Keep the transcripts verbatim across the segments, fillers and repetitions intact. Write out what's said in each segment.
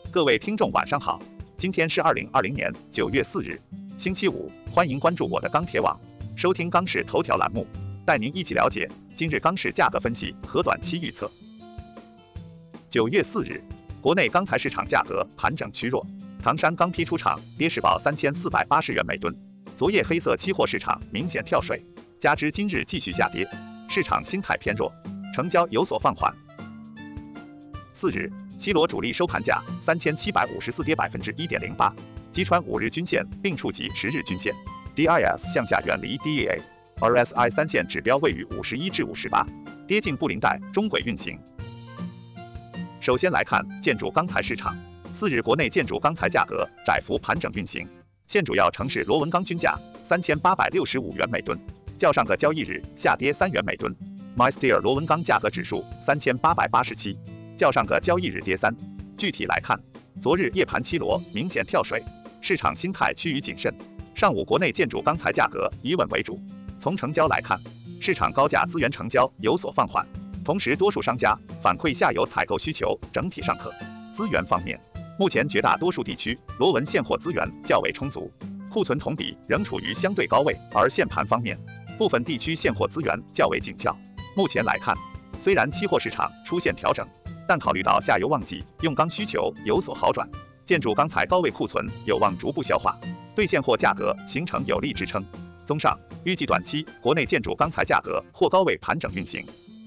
各位听众晚上好，今天是二零二零年九月四日，星期五，欢迎关注我的钢铁网，收听钢市头条栏目，带您一起了解今日钢市价格分析和短期预测。九月四日，国内钢材市场价格盘整趋弱，唐山钢坯出厂跌势报三千四百八十元每吨，昨夜黑色期货市场明显跳水，加之今日继续下跌，市场心态偏弱，成交有所放缓。四日，七罗主力收盘价三千七百五十四，跌百分之一点零八，击穿五日均线并触及十日均线 ，D I F 向下远离 D E A，R S I 三线指标位于五十一至五十八，跌进布林带中轨运行。首先来看建筑钢材市场，四日国内建筑钢材价格窄幅盘整运行，现主要城市螺纹钢均价三千八百六十五元每吨，较上个交易日下跌三元每吨。MySteel 螺纹钢价格指数三千八百八十七。较上个交易日跌三。具体来看，昨日夜盘七罗明显跳水，市场心态趋于谨慎。上午国内建筑钢材价格以稳为主。从成交来看，市场高价资源成交有所放缓，同时多数商家反馈下游采购需求整体尚可。资源方面，目前绝大多数地区螺纹现货资源较为充足，库存同比仍处于相对高位。而现盘方面，部分地区现货资源较为紧俏。目前来看，虽然期货市场出现调整，但考虑到下游旺季用钢需求有所好转，建筑钢材高位库存有望逐步消化，对现货价格形成有力支撑。综上，预计短期国内建筑钢材价格或高位盘整运行。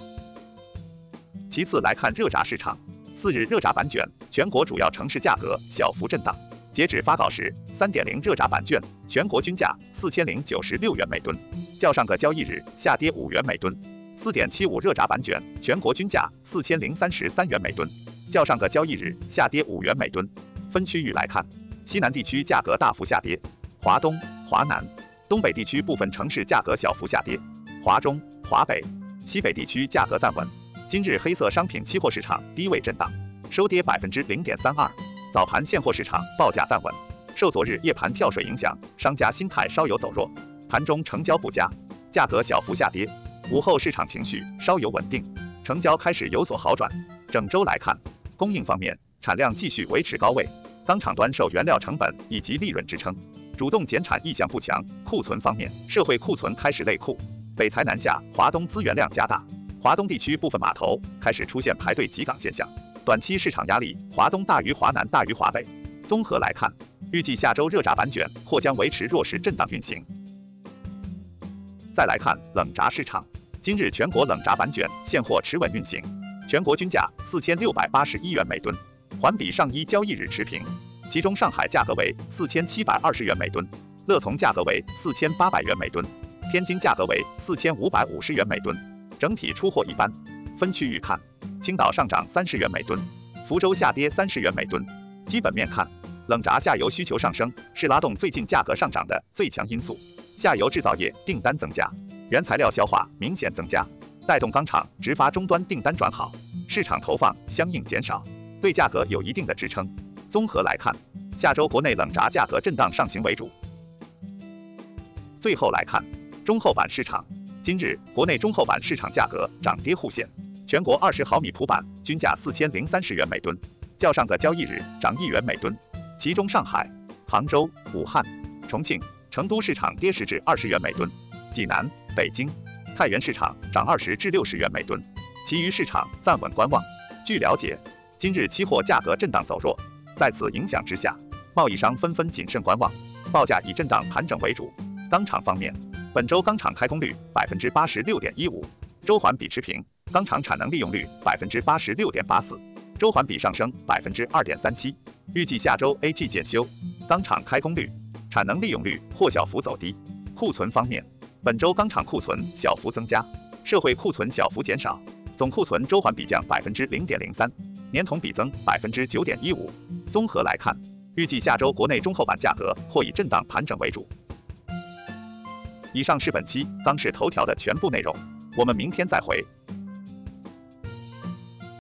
其次来看热轧市场，四日热轧板卷全国主要城市价格小幅震荡，截止发稿时 三点零 热轧板卷全国均价四千零九十六元每吨，较上个交易日下跌五元每吨。四点七五 热轧板卷全国均价四千零三十三元每吨，较上个交易日下跌五元每吨。分区域来看，西南地区价格大幅下跌，华东、华南、东北地区部分城市价格小幅下跌，华中、华北、西北地区价格暂稳。今日黑色商品期货市场低位震荡，收跌百分之零点三二，早盘现货市场报价暂稳，受昨日夜盘跳水影响，商家心态稍有走弱，盘中成交不佳，价格小幅下跌。午后市场情绪稍有稳定，成交开始有所好转。整周来看，供应方面产量继续维持高位，钢厂端受原料成本以及利润支撑，主动减产意向不强。库存方面，社会库存开始类库，北财南下，华东资源量加大，华东地区部分码头开始出现排队挤港现象，短期市场压力华东大于华南大于华北。综合来看，预计下周热轧板卷或将维持弱势震荡运行。再来看冷轧市场，今日全国冷轧板卷现货持稳运行，全国均价四千六百八十一元每吨，环比上一交易日持平。其中上海价格为四千七百二十元每吨，乐从价格为四千八百元每吨，天津价格为四千五百五十元每吨。整体出货一般。分区域看，青岛上涨三十元每吨，福州下跌三十元每吨。基本面看，冷轧下游需求上升是拉动最近价格上涨的最强因素。下游制造业订单增加，原材料消化明显增加，带动钢厂直发终端订单转好，市场投放相应减少，对价格有一定的支撑。综合来看，下周国内冷轧价格震荡上行为主。最后来看中厚板市场，今日国内中厚板市场价格涨跌互现，全国二十毫米普板均价四千零三十元每吨，较上个交易日涨一元每吨。其中上海、杭州、武汉、重庆、成都市场跌十至二十元每吨，济南、北京、太原市场涨二十至六十元每吨，其余市场暂稳观望。据了解，今日期货价格震荡走弱，在此影响之下，贸易商纷纷谨慎观望，报价以震荡盘整为主。钢厂方面，本周钢厂开工率百分之八十六点一五，周环比持平，钢厂产能利用率百分之八十六点八四，周环比上升百分之二点三七。预计下周 A G 检修，钢厂开工率、产能利用率或小幅走低。库存方面，本周钢厂库存小幅增加，社会库存小幅减少，总库存周环比降百分之零点零三，年同比增百分之九点一五。综合来看，预计下周国内中厚板价格或以震荡盘整为主。以上是本期钢市头条的全部内容，我们明天再会。